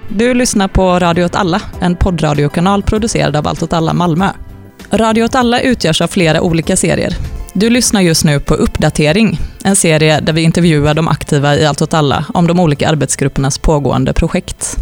Du lyssnar på Radio åt alla, en poddradiokanal producerad av Allt åt alla Malmö. Radio åt alla utgörs av flera olika serier. Du lyssnar just nu på Uppdatering, en serie där vi intervjuar de aktiva i Allt åt alla om de olika arbetsgruppernas pågående projekt.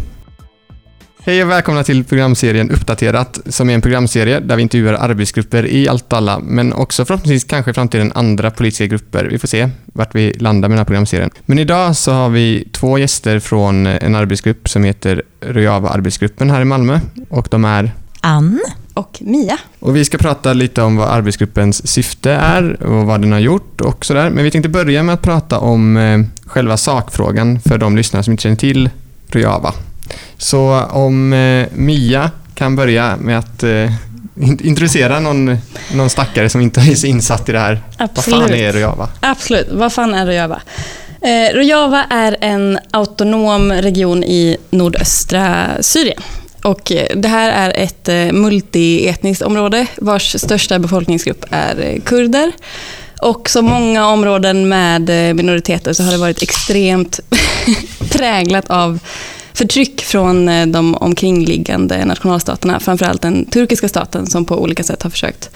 Hej och välkomna till programserien Uppdaterat, som är en programserie där vi intervjuar arbetsgrupper i Allt åt alla, men också förhoppningsvis kanske i framtiden andra politiska grupper. Vi får se vart vi landar med den här programserien. Men idag så har vi två gäster från en arbetsgrupp som heter Rojava-arbetsgruppen här i Malmö, och de är Ann och Mia. Och vi ska prata lite om vad arbetsgruppens syfte är och vad den har gjort och sådär. Men vi tänkte börja med att prata om själva sakfrågan för de lyssnare som inte känner till Rojava. Så om Mia kan börja med att introducera någon stackare som inte är så insatt i det här. Absolut. Vad fan är Rojava? Absolut, vad fan är Rojava? Rojava är en autonom region i nordöstra Syrien. Och det här är ett multietniskt område vars största befolkningsgrupp är kurder. Och som många områden med minoriteter så har det varit extremt präglat av förtryck från de omkringliggande nationalstaterna, framförallt den turkiska staten som på olika sätt har försökt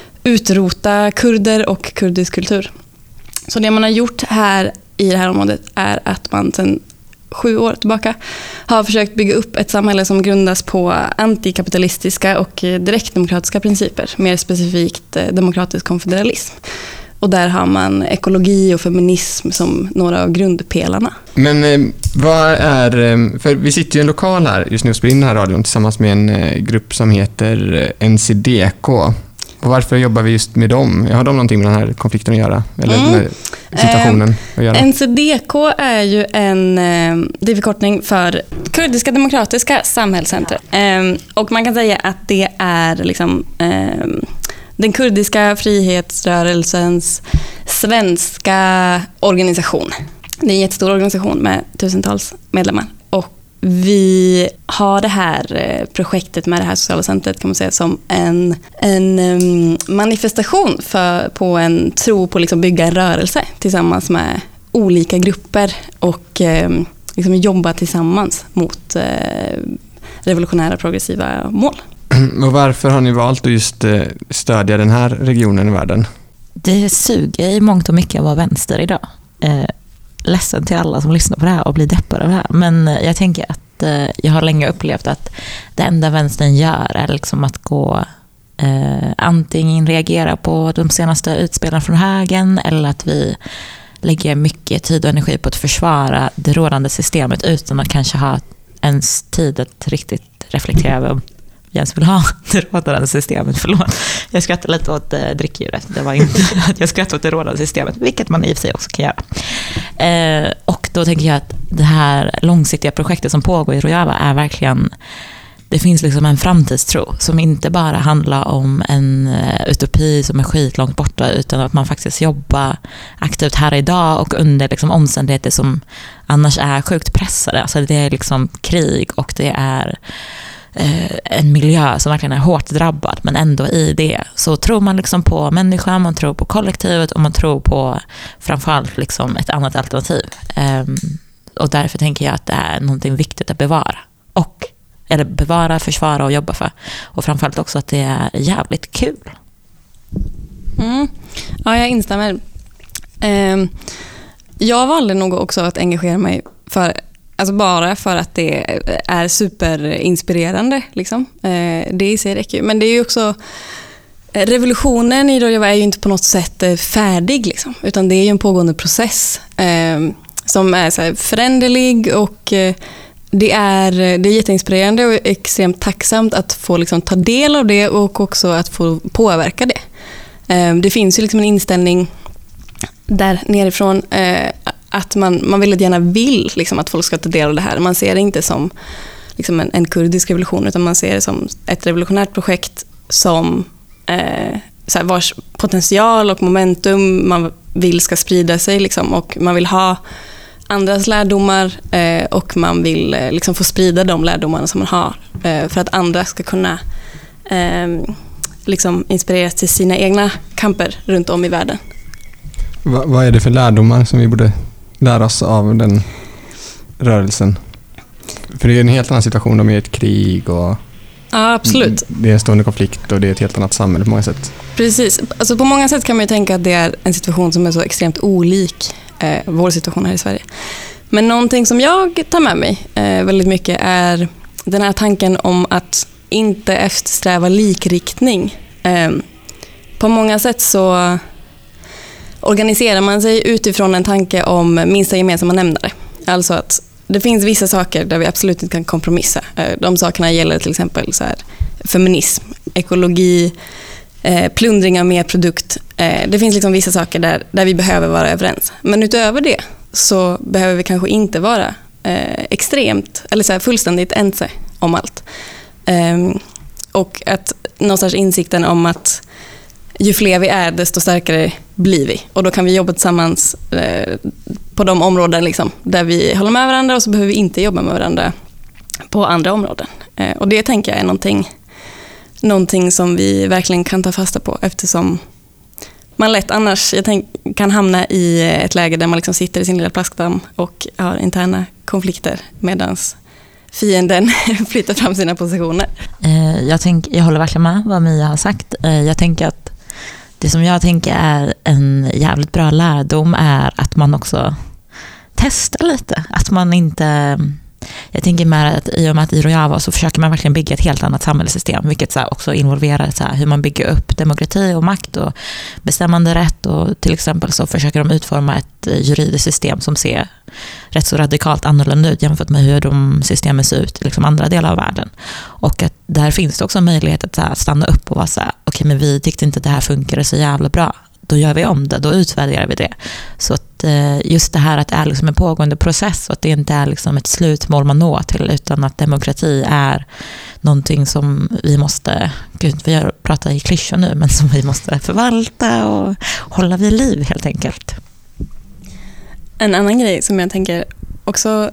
utrota kurder och kurdisk kultur. Så det man har gjort här i det här området är att man sedan 7 år tillbaka har försökt bygga upp ett samhälle som grundas på antikapitalistiska och direktdemokratiska principer, mer specifikt demokratisk konfederalism. Och där har man ekologi och feminism som några av grundpelarna. Men vad är... För vi sitter ju i en lokal här just nu och spelar in den här radion tillsammans med en grupp som heter NCDK. Och varför jobbar vi just med dem? Har de någonting med den här konflikten att göra? Eller den här situationen att göra? NCDK är ju det är förkortning för Kurdiska demokratiska samhällscenter. Och man kan säga att det är liksom... den kurdiska frihetsrörelsens svenska organisation. Det är en jättestor organisation med tusentals medlemmar. Och vi har det här projektet med det här sociala centret kan man säga som en manifestation på en tro på liksom bygga en rörelse tillsammans med olika grupper och liksom jobba tillsammans mot revolutionära progressiva mål. Och varför har ni valt att just stödja den här regionen i världen? Det suger i mångt och mycket att vara vänster idag. Ledsen till alla som lyssnar på det här och blir deppade av det här. Men jag tänker att jag har länge upplevt att det enda vänstern gör är liksom att gå antingen reagera på de senaste utspelen från högern eller att vi lägger mycket tid och energi på att försvara det rådande systemet utan att kanske ha ens tid att riktigt reflektera över jag vill ha det rådande systemet. Förlåt. Jag skrattar lite åt drickljudet. Det var inte att jag skrattar åt det rådande systemet, vilket man i och för sig också kan göra. Och då tänker jag att det här långsiktiga projektet som pågår i Rojava är verkligen, det finns liksom en framtidstro som inte bara handlar om en utopi som är skitlångt borta, utan att man faktiskt jobbar aktivt här idag och under liksom omständigheter som annars är sjukt pressade. Alltså det är liksom krig och det är en miljö som verkligen är hårt drabbad, men ändå i det så tror man liksom på människan, man tror på kollektivet och man tror på framförallt liksom ett annat alternativ. Och därför tänker jag att det är någonting viktigt att bevara eller bevara, försvara och jobba för. Och framförallt också att det är jävligt kul. Ja, jag instämmer. Jag valde nog också att engagera mig alltså bara för att det är superinspirerande. Liksom. Det i sig räcker ju. Men det är ju också... Revolutionen i Rojava är ju inte på något sätt färdig. Liksom, utan det är ju en pågående process som är så här föränderlig. Och det är jätteinspirerande och extremt tacksamt att få liksom, ta del av det och också att få påverka det. Det finns ju liksom en inställning där nerifrån... att man väldigt gärna vill liksom, att folk ska ta del av det här. Man ser det inte som liksom, en kurdisk revolution utan man ser det som ett revolutionärt projekt som så här, vars potential och momentum man vill ska sprida sig liksom, och man vill ha andras lärdomar och man vill liksom, få sprida de lärdomarna som man har för att andra ska kunna liksom, inspireras till sina egna kamper runt om i världen. Vad är det för lärdomar som vi borde lära oss av den rörelsen? För det är en helt annan situation, de är i ett krig och Ja, absolut. det är en stående konflikt och det är ett helt annat samhälle på många sätt. Precis. Alltså på många sätt kan man ju tänka att det är en situation som är så extremt olik vår situation här i Sverige. Men någonting som jag tar med mig väldigt mycket är den här tanken om att inte eftersträva likriktning. På många sätt så organiserar man sig utifrån en tanke om minsta gemensamma nämnare. Alltså att det finns vissa saker där vi absolut inte kan kompromissa. De sakerna gäller till exempel så här, feminism, ekologi, plundring av mer produkt. Det finns liksom vissa saker där vi behöver vara överens. Men utöver det så behöver vi kanske inte vara extremt eller så här fullständigt ense om allt. Och att någonstans insikten om att ju fler vi är, desto starkare blir vi. Och då kan vi jobba tillsammans på de områden liksom, där vi håller med varandra, och så behöver vi inte jobba med varandra på andra områden. Och det tänker jag är någonting som vi verkligen kan ta fasta på, eftersom man lätt annars kan hamna i ett läge där man liksom sitter i sin lilla plaskdamm och har interna konflikter medan fienden flyttar fram sina positioner. Jag håller verkligen med vad Mia har sagt. Jag tänker att det som jag tänker är en jävligt bra lärdom är att man också testar lite. Att man inte... Jag tänker mer att i och med att i Rojava så försöker man verkligen bygga ett helt annat samhällssystem, vilket så här också involverar så här hur man bygger upp demokrati och makt och bestämmande rätt, och till exempel så försöker de utforma ett juridiskt system som ser rätt så radikalt annorlunda ut jämfört med hur de systemen ser ut i liksom andra delar av världen. Och att där finns det också en möjlighet att så här stanna upp och vara så här, okej, men vi tyckte inte att det här funkar så jävla bra. Då gör vi om det, då utvärderar vi det. Så att just det här att det är liksom en pågående process och att det inte är liksom ett slutmål man når till, utan att demokrati är någonting som vi måste, vi pratar i klyschor nu, men som vi måste förvalta och hålla vid liv helt enkelt. En annan grej som jag tänker också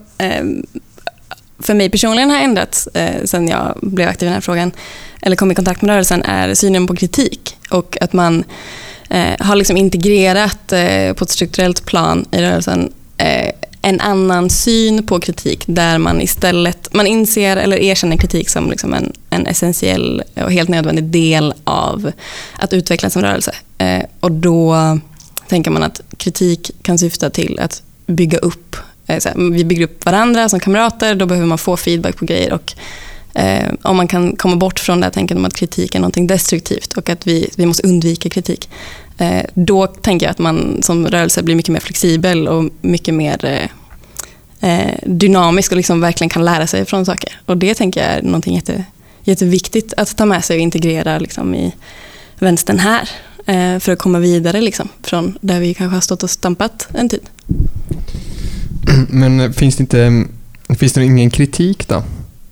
för mig personligen har ändrats sen jag blev aktiv i den här frågan eller kom i kontakt med rörelsen är synen på kritik, och att man har liksom integrerat på ett strukturellt plan i rörelsen en annan syn på kritik, där man istället inser eller erkänner kritik som liksom en essentiell och helt nödvändig del av att utvecklas som rörelse. Och då tänker man att kritik kan syfta till att bygga upp. Vi bygger upp varandra som kamrater, då behöver man få feedback på grejer, och om man kan komma bort från det här tänken om att kritik är någonting destruktivt och att vi måste undvika kritik, då tänker jag att man som rörelse blir mycket mer flexibel och mycket mer dynamisk och liksom verkligen kan lära sig från saker. Och det tänker jag är någonting jätteviktigt att ta med sig och integrera liksom i vänstern här, för att komma vidare liksom, från där vi kanske har stått och stampat en tid. Men finns det ingen kritik då?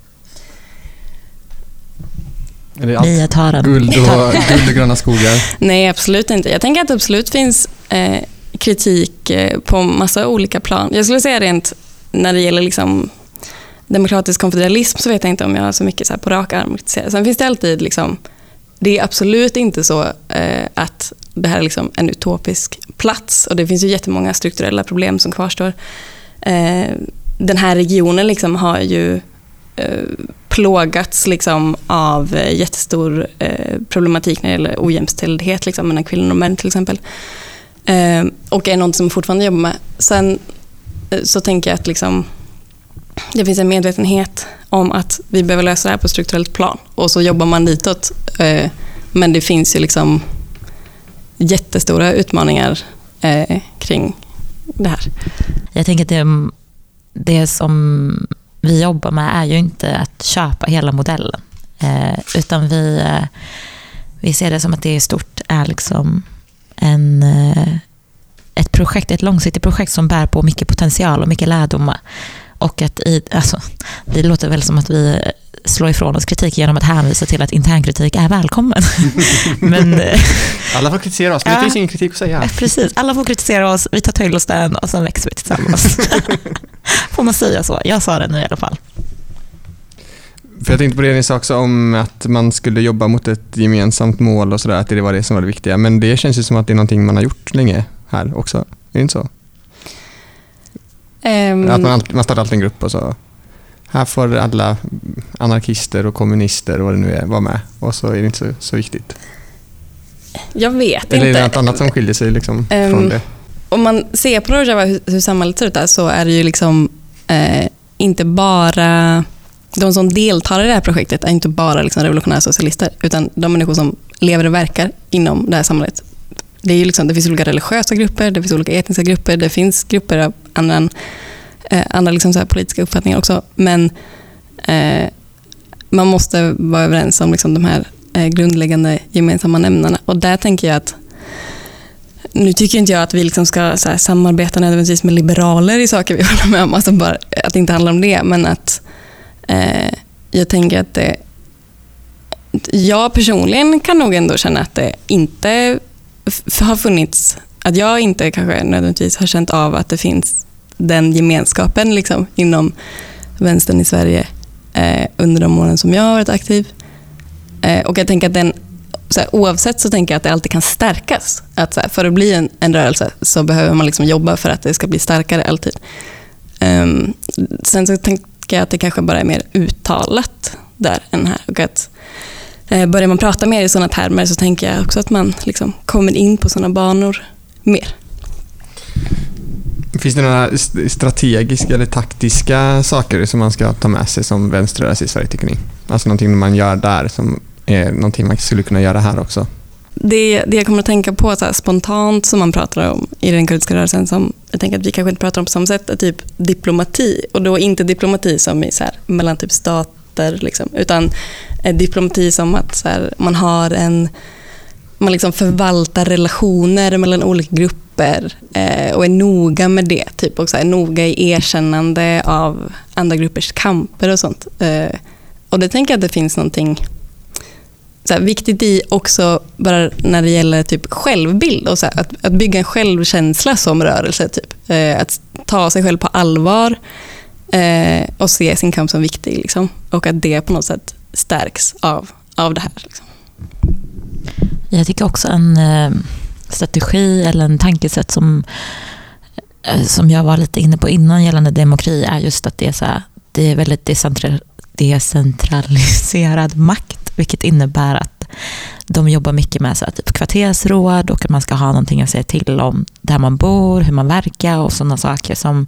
Är det allt guld och gröna skogar? Nej, absolut inte. Jag tänker att det absolut finns kritik på massa olika plan. Jag skulle säga rent när det gäller liksom demokratisk konfederalism, så vet jag inte om jag har så mycket så här på rak arm. Sen finns det alltid liksom, det är absolut inte så att det här är liksom en utopisk plats, och det finns ju jättemånga strukturella problem som kvarstår. Den här regionen liksom har ju plågats liksom av jättestor problematik när det gäller ojämställdhet liksom, mellan kvinnor och män till exempel. Och är något som fortfarande jobbar med. Sen så tänker jag att liksom, det finns en medvetenhet om att vi behöver lösa det här på strukturellt plan, och så jobbar man ditåt. Men det finns ju liksom jättestora utmaningar kring det här. Jag tänker att det som vi jobbar med är ju inte att köpa hela modellen, utan vi ser det som att det i stort är liksom ett projekt, ett långsiktigt projekt som bär på mycket potential och mycket lärdomar. Och att det låter väl som att vi slår ifrån oss kritik genom att hänvisa till att internkritik är välkommen. Men alla får kritisera oss, men det finns ingen kritik att säga. Precis, alla får kritisera oss, vi tar till oss den och sen växer vi tillsammans. Får man säga så? Jag sa det nu i alla fall. För jag tänkte på det ni sa också om att man skulle jobba mot ett gemensamt mål och sådär, att det var det som var det viktiga. Men det känns ju som att det är någonting man har gjort länge här också. Är det inte så? Att man startar alltid en grupp och så här får alla anarkister och kommunister och vad det nu är vara med. Och så är det inte så viktigt. Jag vet inte. Eller är det något annat som skiljer sig liksom, från det? Om man ser på Rojava hur samhället ser ut där, så är det ju liksom inte bara... De som deltar i det här projektet är inte bara liksom revolutionära socialister, utan de människor som lever och verkar inom det här samhället. Det är ju liksom, det finns olika religiösa grupper, det finns olika etniska grupper, det finns grupper av andra liksom så här politiska uppfattningar också. Men man måste vara överens om liksom de här grundläggande gemensamma nämnarna. Och där tänker jag att nu tycker inte jag att vi liksom ska så här samarbeta nödvändigtvis med liberaler i saker vi håller med om. Alltså bara att det inte handlar om det, men att jag tänker att jag personligen kan nog ändå känna att det inte har funnits, att jag inte kanske nödvändigtvis har känt av att det finns den gemenskapen liksom inom vänstern i Sverige under de åren som jag har varit aktiv. Och jag tänker att den, så här, oavsett så tänker jag att det alltid kan stärkas. Att så här, för att bli en rörelse så behöver man liksom jobba för att det ska bli starkare alltid. Sen så tänker jag att det kanske bara är mer uttalat där än här. Och att börjar man prata mer i sådana termer så tänker jag också att man liksom kommer in på sådana banor mer. Finns det några strategiska eller taktiska saker som man ska ta med sig som vänsterrörelse i Sverige, tycker ni? Alltså någonting man gör där som är någonting man skulle kunna göra här också? Det jag kommer att tänka på så här, spontant som man pratar om i den kurdiska rörelsen, som jag tänker att vi kanske inte pratar om på samma sätt, är typ diplomati. Och då inte diplomati som i så här, mellan typ stater liksom, utan diplomati som att så här, man liksom förvaltar relationer mellan olika grupper och är noga med det typ, och så här, noga i erkännande av andra gruppers kamper och sånt. Och det tänker jag att det finns någonting så här, viktigt i också bara när det gäller typ självbild och så här, att bygga en självkänsla som rörelse typ. Att ta sig själv på allvar och se sin kamp som viktig liksom. Och att det på något sätt stärks av det här liksom. Jag tycker också en strategi eller en tankesätt som jag var lite inne på innan gällande demokrati är just att det är, så här, det är väldigt decentraliserad makt, vilket innebär att de jobbar mycket med så här, typ kvartersråd och att man ska ha någonting att säga till om där man bor, hur man verkar och sådana saker som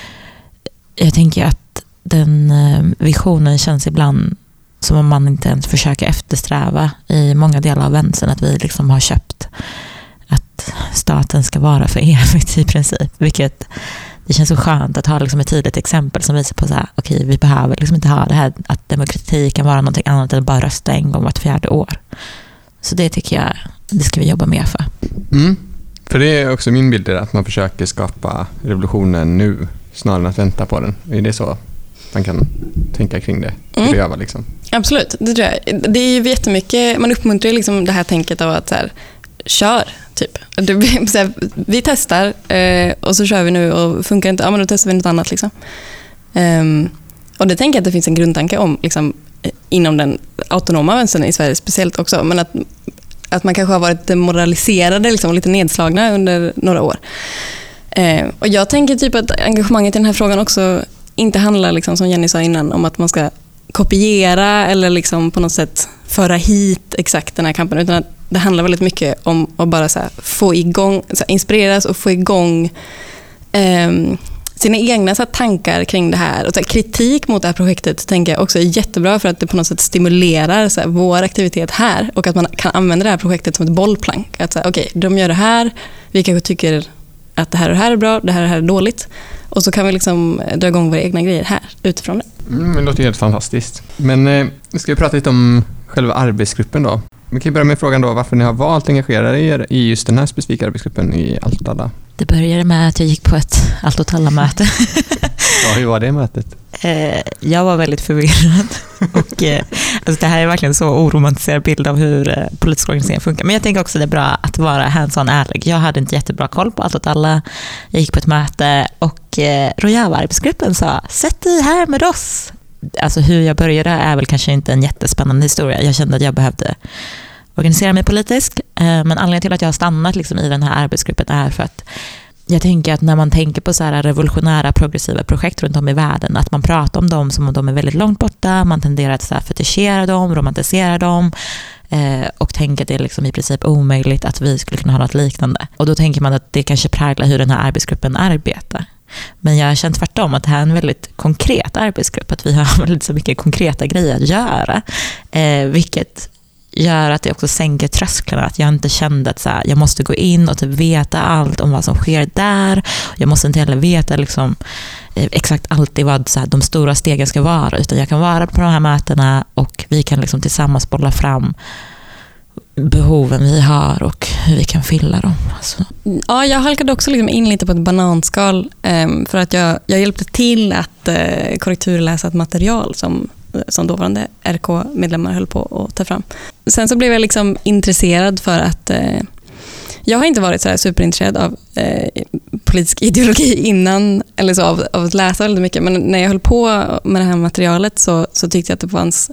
jag tänker att den visionen känns ibland som om man inte ens försöker eftersträva i många delar av vänstern, att vi liksom har köpt att staten ska vara för evigt i princip, vilket det känns så skönt att ha liksom ett tydligt exempel som visar på så här, okej, vi behöver liksom inte ha det här att demokrati kan vara någonting annat än bara rösta en gång vart 4:e år. Så det tycker jag, det ska vi jobba mer för. För det är också min bild att man försöker skapa revolutionen nu snarare än att vänta på den. Är det så man kan tänka kring det? Liksom? Absolut, det tror jag. Det är ju jättemycket, man uppmuntrar ju liksom det här tänket av att så här, kör typ. Vi testar och så kör vi nu och funkar inte, ja men då testar vi något annat liksom. Och det tänker jag att det finns en grundtanke om liksom, inom den autonoma vänstern i Sverige speciellt också, men att man kanske har varit demoraliserade liksom, och lite nedslagna under några år. Och jag tänker typ att engagemanget i den här frågan också inte handlar liksom, som Jenny sa innan, om att man ska kopiera eller liksom på något sätt föra hit exakt den här kampen, utan att det handlar väldigt mycket om att bara så här, få igång, så här, inspireras och få igång sina egna så här, tankar kring det här. Och så här, kritik mot det här projektet tänker jag också är jättebra för att det på något sätt stimulerar så här, vår aktivitet här, och att man kan använda det här projektet som ett bollplank. Att okej, de gör det här, vi kanske tycker att det här och det här är bra, det här är dåligt. Och så kan vi liksom dra igång våra egna grejer här utifrån det. Det låter helt fantastiskt. Men ska vi prata lite om själva arbetsgruppen då? Vi kan börja med frågan då varför ni har valt att engagera er i just den här specifika arbetsgruppen i Allt åt alla. Det började med att jag gick på ett Allt åt alla-möte. Ja, hur var det mötet? Jag var väldigt förvirrad. Och, alltså det här är verkligen så oromantiserad bild av hur politisk organisering funkar. Men jag tänker också att det är bra att vara hands-on ärlig. Jag hade inte jättebra koll på Allt åt alla. Jag gick på ett möte och Rojava-arbetsgruppen sa, sätt dig här med oss. Alltså hur jag började är väl kanske inte en jättespännande historia. Jag kände att jag behövde organisera mig politiskt. Men anledningen till att jag har stannat liksom i den här arbetsgruppen är för att jag tänker att när man tänker på så här revolutionära progressiva projekt runt om i världen, att man pratar om dem som om de är väldigt långt borta, man tenderar att så här fetischera dem, romantisera dem och tänker att det är liksom i princip omöjligt att vi skulle kunna ha något liknande. Och då tänker man att det kanske präglar hur den här arbetsgruppen arbetar. Men jag känner tvärtom att det här är en väldigt konkret arbetsgrupp, att vi har väldigt så mycket konkreta grejer att göra, vilket gör att det också sänker trösklarna, att jag inte kände att så här, jag måste gå in och typ veta allt om vad som sker där. Jag måste inte heller veta liksom, exakt alltid vad så här, de stora stegen ska vara, utan jag kan vara på de här mötena och vi kan liksom tillsammans bolla fram behoven vi har och hur vi kan fylla dem. Alltså. Ja, jag halkade också liksom in lite på ett bananskal för att jag hjälpte till att korrekturläsa ett material som dåvarande RK-medlemmar höll på att ta fram. Sen så blev jag liksom intresserad för att jag har inte varit så här superintresserad av politisk ideologi innan, eller så av att läsa väldigt mycket, men när jag höll på med det här materialet så tyckte jag att det fanns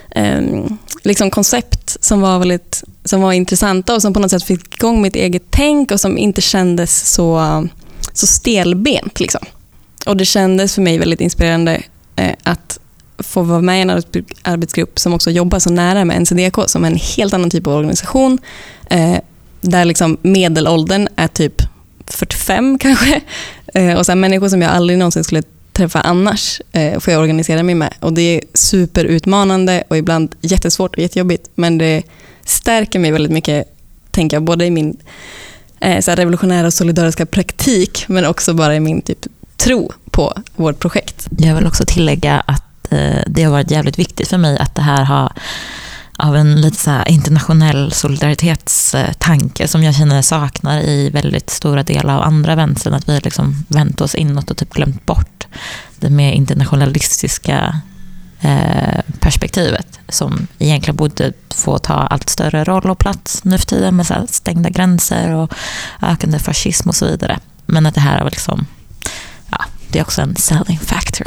liksom koncept som var intressanta och som på något sätt fick igång mitt eget tänk och som inte kändes så stelbent liksom. Och det kändes för mig väldigt inspirerande att få vara med i en arbetsgrupp som också jobbar så nära med NCDK, som är en helt annan typ av organisation där liksom medelåldern är typ 45 kanske, och så här människor som jag aldrig någonsin skulle träffa annars får jag organisera mig med, och det är superutmanande och ibland jättesvårt och jättejobbigt, men det stärker mig väldigt mycket, tänker jag, både i min så här revolutionära och solidariska praktik, men också bara i min typ tro på vårt projekt. Jag vill också tillägga att det har varit jävligt viktigt för mig att det här har av en lite så här internationell solidaritetstanke som jag känner saknar i väldigt stora delar av andra vänstern, att vi liksom vänt oss inåt och typ glömt bort det mer internationalistiska perspektivet som egentligen borde få ta allt större roll och plats nu för tiden med så här stängda gränser och ökande fascism och så vidare. Men att det här är liksom, ja, det är också en selling factor.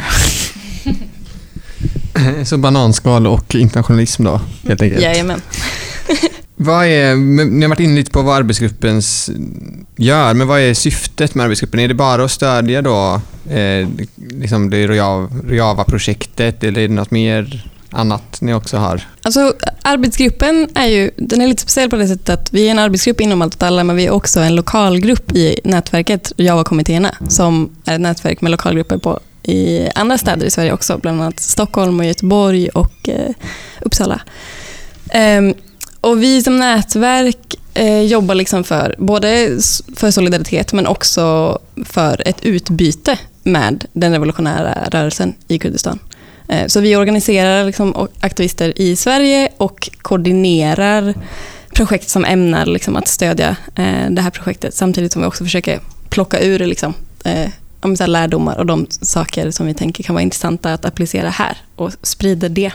Så bananskal och internationalism då, helt enkelt. Jajamän. Ni har varit inne lite på vad arbetsgruppen gör, men vad är syftet med arbetsgruppen? Är det bara att stödja då liksom det Rojava-projektet, eller är det något mer annat ni också har? Alltså arbetsgruppen den är lite speciell på det sättet att vi är en arbetsgrupp inom Allt åt alla, men vi är också en lokalgrupp i nätverket Rojava-kommittéerna, som är ett nätverk med lokalgrupper i andra städer i Sverige också, bland annat Stockholm och Göteborg och Uppsala. Och vi som nätverk jobbar liksom både för solidaritet men också för ett utbyte med den revolutionära rörelsen i Kurdistan. Så vi organiserar liksom aktivister i Sverige och koordinerar projekt som ämnar liksom att stödja det här projektet, samtidigt som vi också försöker plocka ur liksom, om så här lärdomar och de saker som vi tänker kan vara intressanta att applicera här och sprida det.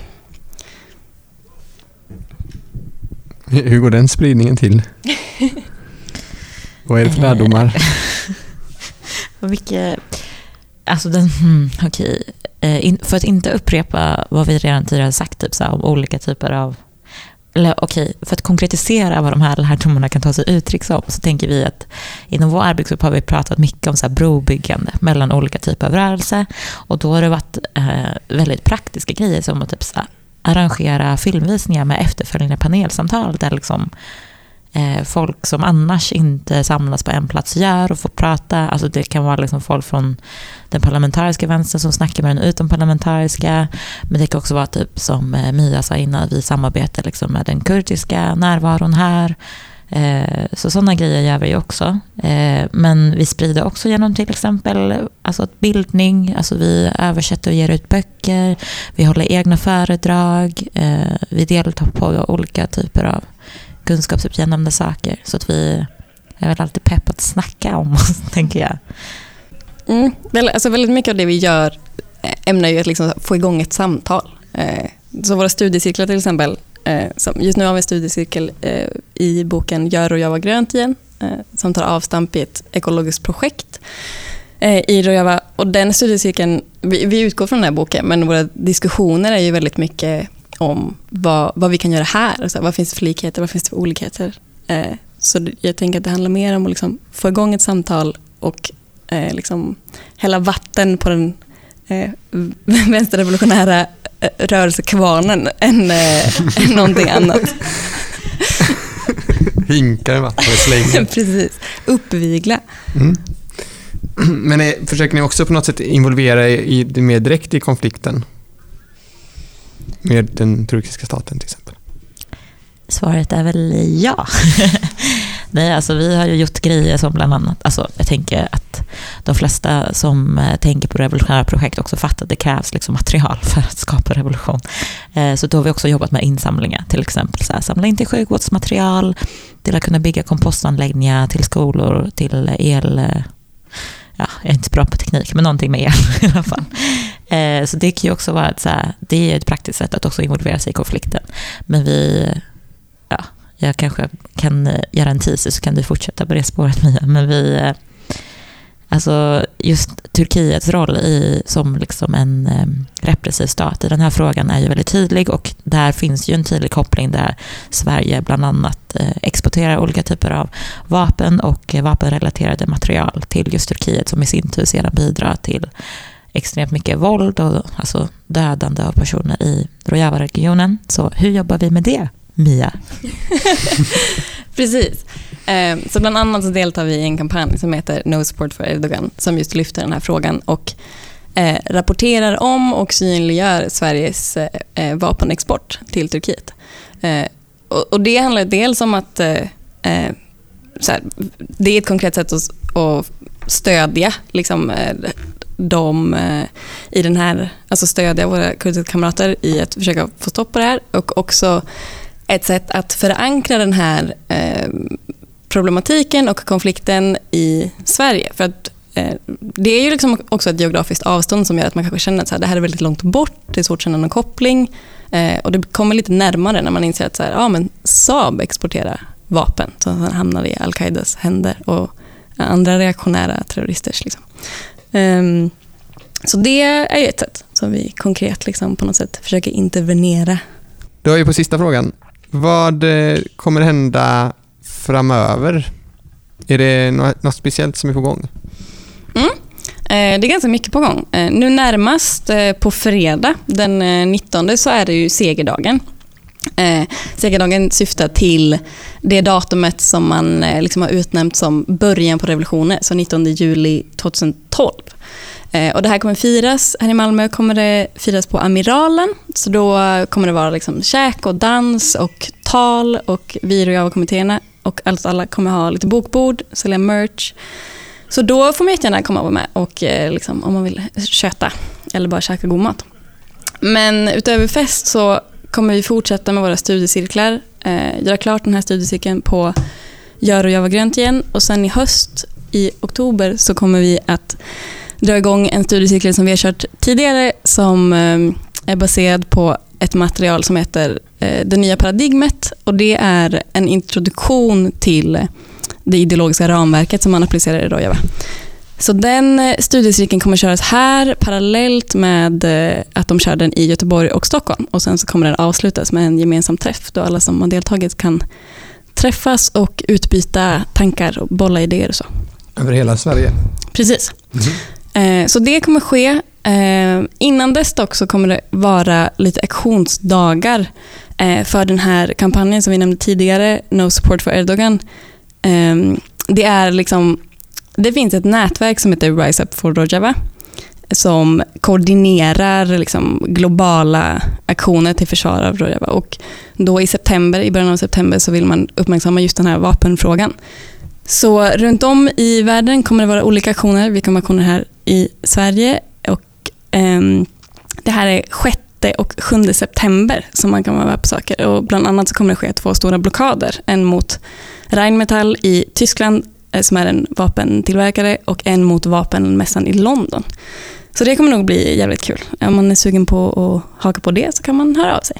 Hur går den spridningen till? Vad är det för lärdomar? Mycket, alltså okej. För att inte upprepa vad vi redan tidigare sagt typ, så här, om olika typer av, eller för att konkretisera vad de här lärdomarna kan ta sig uttryck som, så tänker vi att inom vår arbetsgrupp har vi pratat mycket om så här brobyggande mellan olika typer av rörelser, och då har det varit väldigt praktiska grejer som att typ så här, arrangera filmvisningar med efterföljande panelsamtal där liksom folk som annars inte samlas på en plats gör och får prata. Alltså det kan vara liksom folk från den parlamentariska vänstern som snackar med den utomparlamentariska, men det kan också vara typ som Mia sa innan, vi samarbetar liksom med den kurdiska närvaron här. Så sådana grejer gör vi också. Men vi sprider också genom till exempel alltså bildning, alltså vi översätter och ger ut böcker, vi håller egna föredrag, vi deltar på olika typer av kunskapsuppgännande saker, så att vi är väl alltid pepp att snacka om oss, tänker jag. Alltså väldigt mycket av det vi gör ämnar ju att liksom få igång ett samtal. Så våra studiecirklar till exempel, just nu har vi en studiecirkel i boken Gör Rojava grönt igen, som tar avstamp i ett ekologiskt projekt i Rojava. Och den studiecirkeln, vi utgår från den här boken, men våra diskussioner är ju väldigt mycket om vad vi kan göra här. Alltså, vad finns det för likheter, vad finns det för olikheter? Så jag tänker att det handlar mer om att liksom få igång ett samtal och liksom hälla vatten på den vänsterrevolutionära rörelsekvarnen än någonting annat. Hinkar vatten och slänger. Precis. Uppvigla. Men försöker ni också på något sätt involvera er mer direkt i konflikten? Med den turkiska staten till exempel? Svaret är väl ja. Nej, alltså vi har ju gjort grejer som bland annat, alltså jag tänker att de flesta som tänker på revolutionära projekt också fattar att det krävs liksom material för att skapa revolution. Så då har vi också jobbat med insamlingar, till exempel så här, samla in till sjukvårdsmaterial, till att kunna bygga kompostanläggningar, till skolor, till el. Ja, jag är inte bra på teknik, men någonting med el i alla fall. Så det kan ju också vara så här, det är ett praktiskt sätt att också involvera sig i konflikten. Men jag kanske kan göra en teaser så kan du fortsätta på det spåret, Mia. Men alltså just Turkiets roll som liksom en repressiv stat i den här frågan är ju väldigt tydlig, och där finns ju en tydlig koppling där Sverige bland annat exporterar olika typer av vapen och vapenrelaterade material till just Turkiet, som i sin tur sedan bidrar till extremt mycket våld och alltså dödande av personer i Rojava-regionen. Så hur jobbar vi med det, Mia? Precis. Så bland annat så deltar vi i en kampanj som heter No Support for Erdogan, som just lyfter den här frågan och rapporterer om och synliggör Sveriges vapenexport till Turkiet. Och det handlar dels om att så här, det är ett konkret sätt att stödja liksom, de i den här, alltså stödja våra kurdiska kamrater i att försöka få stopp på det här, och också ett sätt att förankra den här problematiken och konflikten i Sverige. För att det är ju liksom också ett geografiskt avstånd som gör att man kanske känner att så här, det här är väldigt långt bort, det är svårt att känna någon koppling, och det kommer lite närmare när man inser att så här, men Saab exporterar vapen som hamnar i Al-Qaidas händer och andra reaktionära terroristers liksom. Så det är ju ett sätt som vi konkret liksom på något sätt försöker intervenera. Då är vi på sista frågan. Vad kommer hända framöver? Är det något speciellt som är på gång? Det är ganska mycket på gång. Nu närmast på fredag den 19 så är det ju segerdagen. Segerdagen syftar till det datumet som man liksom har utnämnt som början på revolutionen, så 19 juli 2012. Och det här kommer firas, här i Malmö kommer det firas på Amiralen, så då kommer det vara liksom käk och dans och tal, och vi i Rojava-kommittéerna och alla kommer ha lite bokbord, sälja merch. Så då får man jättegärna komma och vara med och liksom, om man vill köta eller bara käka god mat. Men utöver fest så kommer vi fortsätta med våra studiecirklar, göra klart den här studiecirkeln på Gör Rojava grönt igen, och sen i höst, i oktober, så kommer vi att dra igång en studiecirkel som vi har kört tidigare, som är baserad på ett material som heter Det nya paradigmet, och det är en introduktion till det ideologiska ramverket som man applicerar i Rojava. Så den studiecirkeln kommer köras här parallellt med att de kör den i Göteborg och Stockholm, och sen så kommer den avslutas med en gemensam träff då alla som har deltagit kan träffas och utbyta tankar och bolla idéer och så. Över hela Sverige? Precis. Så det kommer ske. Innan dess dock så kommer det vara lite aktionsdagar för den här kampanjen som vi nämnde tidigare, No Support for Erdogan. Det är liksom, det finns ett nätverk som heter Rise Up for Rojava som koordinerar liksom globala aktioner till försvar av Rojava, och då i början av september så vill man uppmärksamma just den här vapenfrågan. Så runt om i världen kommer det vara olika aktioner. Vi kommer aktioner här i Sverige, och det här är 6 och 7 september som man kan vara med på saker, och bland annat så kommer det ske 2 stora blockader, en mot Rheinmetall i Tyskland som är en vapentillverkare, och en mot vapenmässan i London. Så det kommer nog bli jävligt kul. Om man är sugen på att haka på det så kan man höra av sig.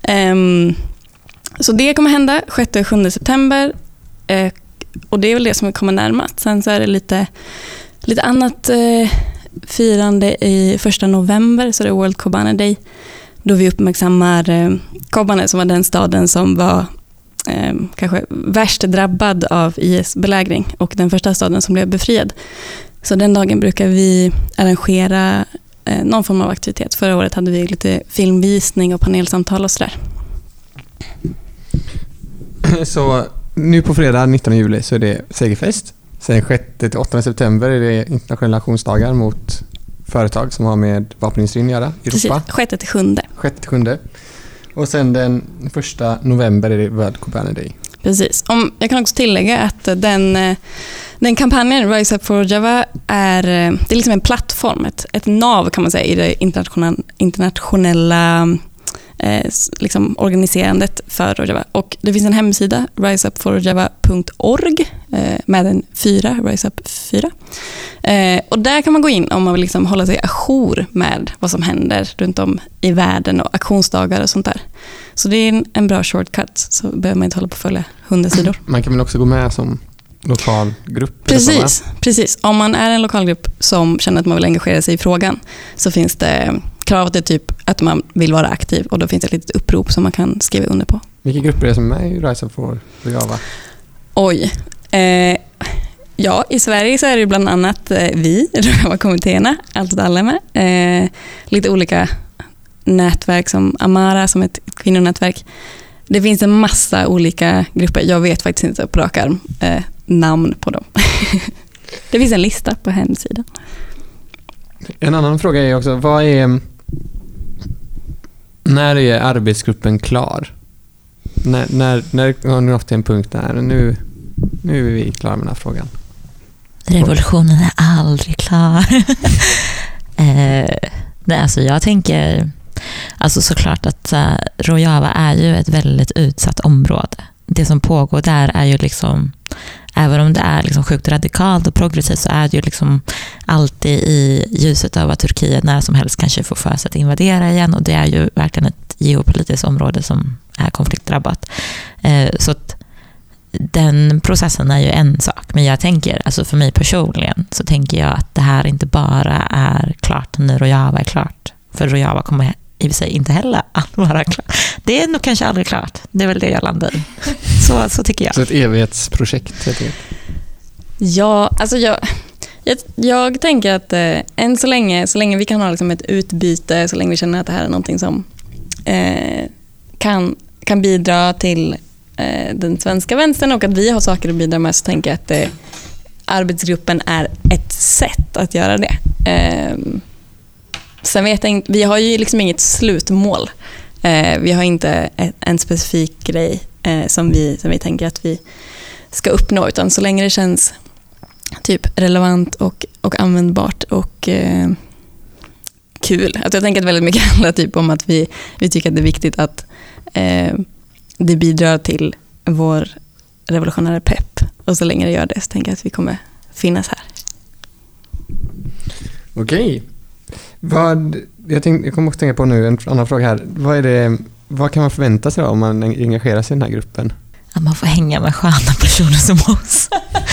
Så det kommer hända 6 och 7 september, och det är väl det som kommer närmast. Sen så är det lite annat firande i 1 november, så det är World Kobane Day, då vi uppmärksammar Kobane, som var den staden som var kanske värst drabbad av IS-belägring och den första staden som blev befriad. Så den dagen brukar vi arrangera någon form av aktivitet. Förra året hade vi lite filmvisning och panelsamtal och sådär. Så nu på fredag 19 juli så är det segerfest. Sen 6-8 september är det internationella aktionsdagar mot företag som har med vapenindustrin att göra i Europa. 6-7. 6-7. Och sen den 1 november är det World Kobani Day. Precis. Jag kan också tillägga att den kampanjen Rise Up for Rojava det är liksom en plattform, ett nav kan man säga i det internationella liksom organiserandet för Rojava. Och det finns en hemsida, riseupforrojava.org med en 4, RiseUp 4. Och där kan man gå in om man vill liksom hålla sig ajour med vad som händer runt om i världen och aktionsdagar och sånt där. Så det är en bra shortcut, så behöver man inte hålla på att följa 100 sidor. Man kan väl också gå med som lokal grupp? Precis. Om man är en lokal grupp som känner att man vill engagera sig i frågan så finns det kravet är typ att man vill vara aktiv och då finns det ett litet upprop som man kan skriva under på. Vilka grupper är det som är i Rise Up for Rojava? Oj. Ja, i Sverige så är det bland annat vi, Rojava-kommittéerna, allt åt alla med. Lite olika nätverk som Amara som ett kvinnonätverk. Det finns en massa olika grupper. Jag vet faktiskt inte på rak arm namn på dem. Det finns en lista på hemsidan. En annan fråga är också, när är arbetsgruppen klar? När har ni nått till en punkt där? Nu är vi klara med den här frågan. Revolutionen är aldrig klar. Nej, alltså jag tänker såklart att Rojava är ju ett väldigt utsatt område. Det som pågår där är ju liksom, även om det är liksom sjukt radikalt och progressivt, så är det ju liksom alltid i ljuset av att Turkiet när som helst kanske får för sig att invadera igen, och det är ju verkligen ett geopolitiskt område som är konfliktdrabbat. Så att den processen är ju en sak, men jag tänker, alltså för mig personligen så tänker jag att det här inte bara är klart när Rojava är klart, för Rojava kommer i och för sig inte heller att vara klart. Det är nog kanske aldrig klart. Det är väl det jag landar i. Så tycker jag. Så ett evighetsprojekt heter det. Ja, alltså jag tänker att än så länge vi kan ha liksom ett utbyte, så länge vi känner att det här är någonting som kan bidra till den svenska vänstern och att vi har saker att bidra med, så tänker jag att arbetsgruppen är ett sätt att göra det. Sen vet jag inte, vi har ju liksom inget slutmål. Vi har inte en specifik grej som vi tänker att vi ska uppnå, utan så länge det känns typ relevant och användbart och kul. Alltså jag tänker att väldigt mycket handlar typ om att vi tycker att det är viktigt att det bidrar till vår revolutionära pepp, och så länge det gör det så tänker jag att vi kommer finnas här. Okej. Jag kommer också tänka på nu en annan fråga här. Vad kan man förvänta sig då om man engagerar sig i den här gruppen? Att man får hänga med sköna personer som oss.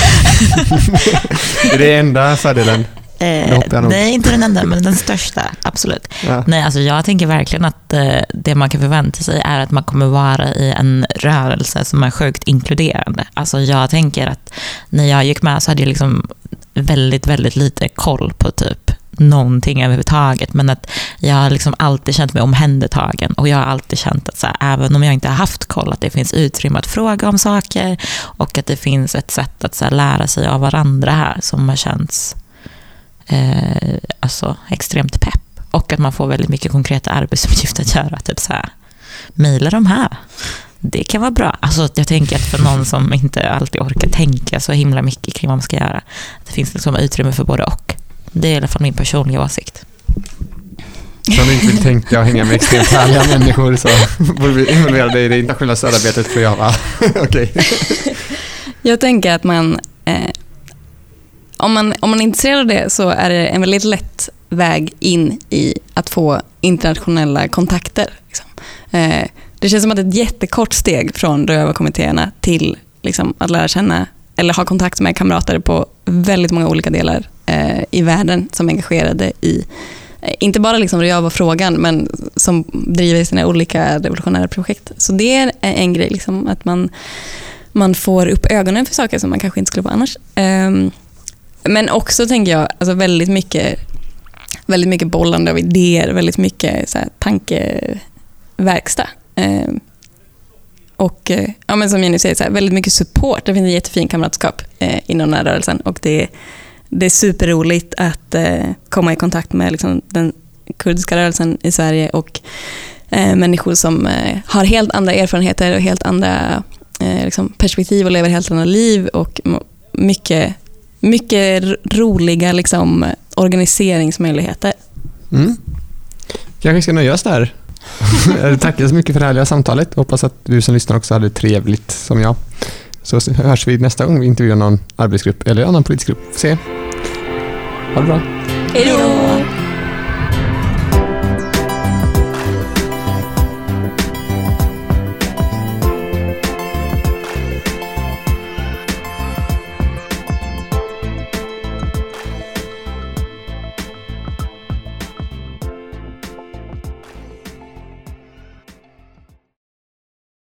Är det enda fördelen? Nej, inte den enda, men den största, absolut. Ja. Nej, alltså jag tänker verkligen att det man kan förvänta sig är att man kommer vara i en rörelse som är sjukt inkluderande. Alltså jag tänker att när jag gick med så hade jag liksom väldigt, väldigt lite koll på typ någonting överhuvudtaget, men att jag har liksom alltid känt mig omhändertagen, och jag har alltid känt att så här, även om jag inte har haft koll, att det finns utrymme att fråga om saker och att det finns ett sätt att så här, lära sig av varandra här som har känts alltså extremt pepp, och att man får väldigt mycket konkreta arbetsuppgifter att göra, typ så här, mejla de här. Det kan vara bra. Alltså jag tänker att för någon som inte alltid orkar tänka så himla mycket kring vad man ska göra, att det finns liksom utrymme för både och. Det är i alla fall min personliga åsikt. Som inte vill tänka och hänga med extremt härliga människor, så borde vi involvera dig i det internationella stödarbetet för Java. Okej. Jag tänker att man om man är intresserad av det, så är det en väldigt lätt väg in i att få internationella kontakter. Liksom. Det känns som att ett jättekort steg från Rojava-kommittéerna till liksom, att lära känna eller ha kontakt med kamrater på väldigt många olika delar i världen som är engagerade i inte bara liksom Rojava-frågan, men som driver sina olika revolutionära projekt. Så det är en grej, liksom, att man får upp ögonen för saker som man kanske inte skulle få annars. Men också tänker jag alltså väldigt mycket bollande av idéer, väldigt mycket så här, tankeverkstad. Och ja, men som Jenny säger, så här, väldigt mycket support. Det finns en jättefin kamratskap inom den här rörelsen, och det är superroligt att komma i kontakt med liksom, den kurdiska rörelsen i Sverige och människor som har helt andra erfarenheter och helt andra liksom, perspektiv och lever helt andra liv, och mycket roliga liksom, organiseringsmöjligheter. Kanske ska nöja oss där. Jag tackar så mycket för det härliga samtalet. Hoppas att du som lyssnar också hade trevligt som jag. Så hörs vi nästa gång vi intervjuar någon arbetsgrupp eller annan politisk grupp. Se. Ha det bra. Hej då!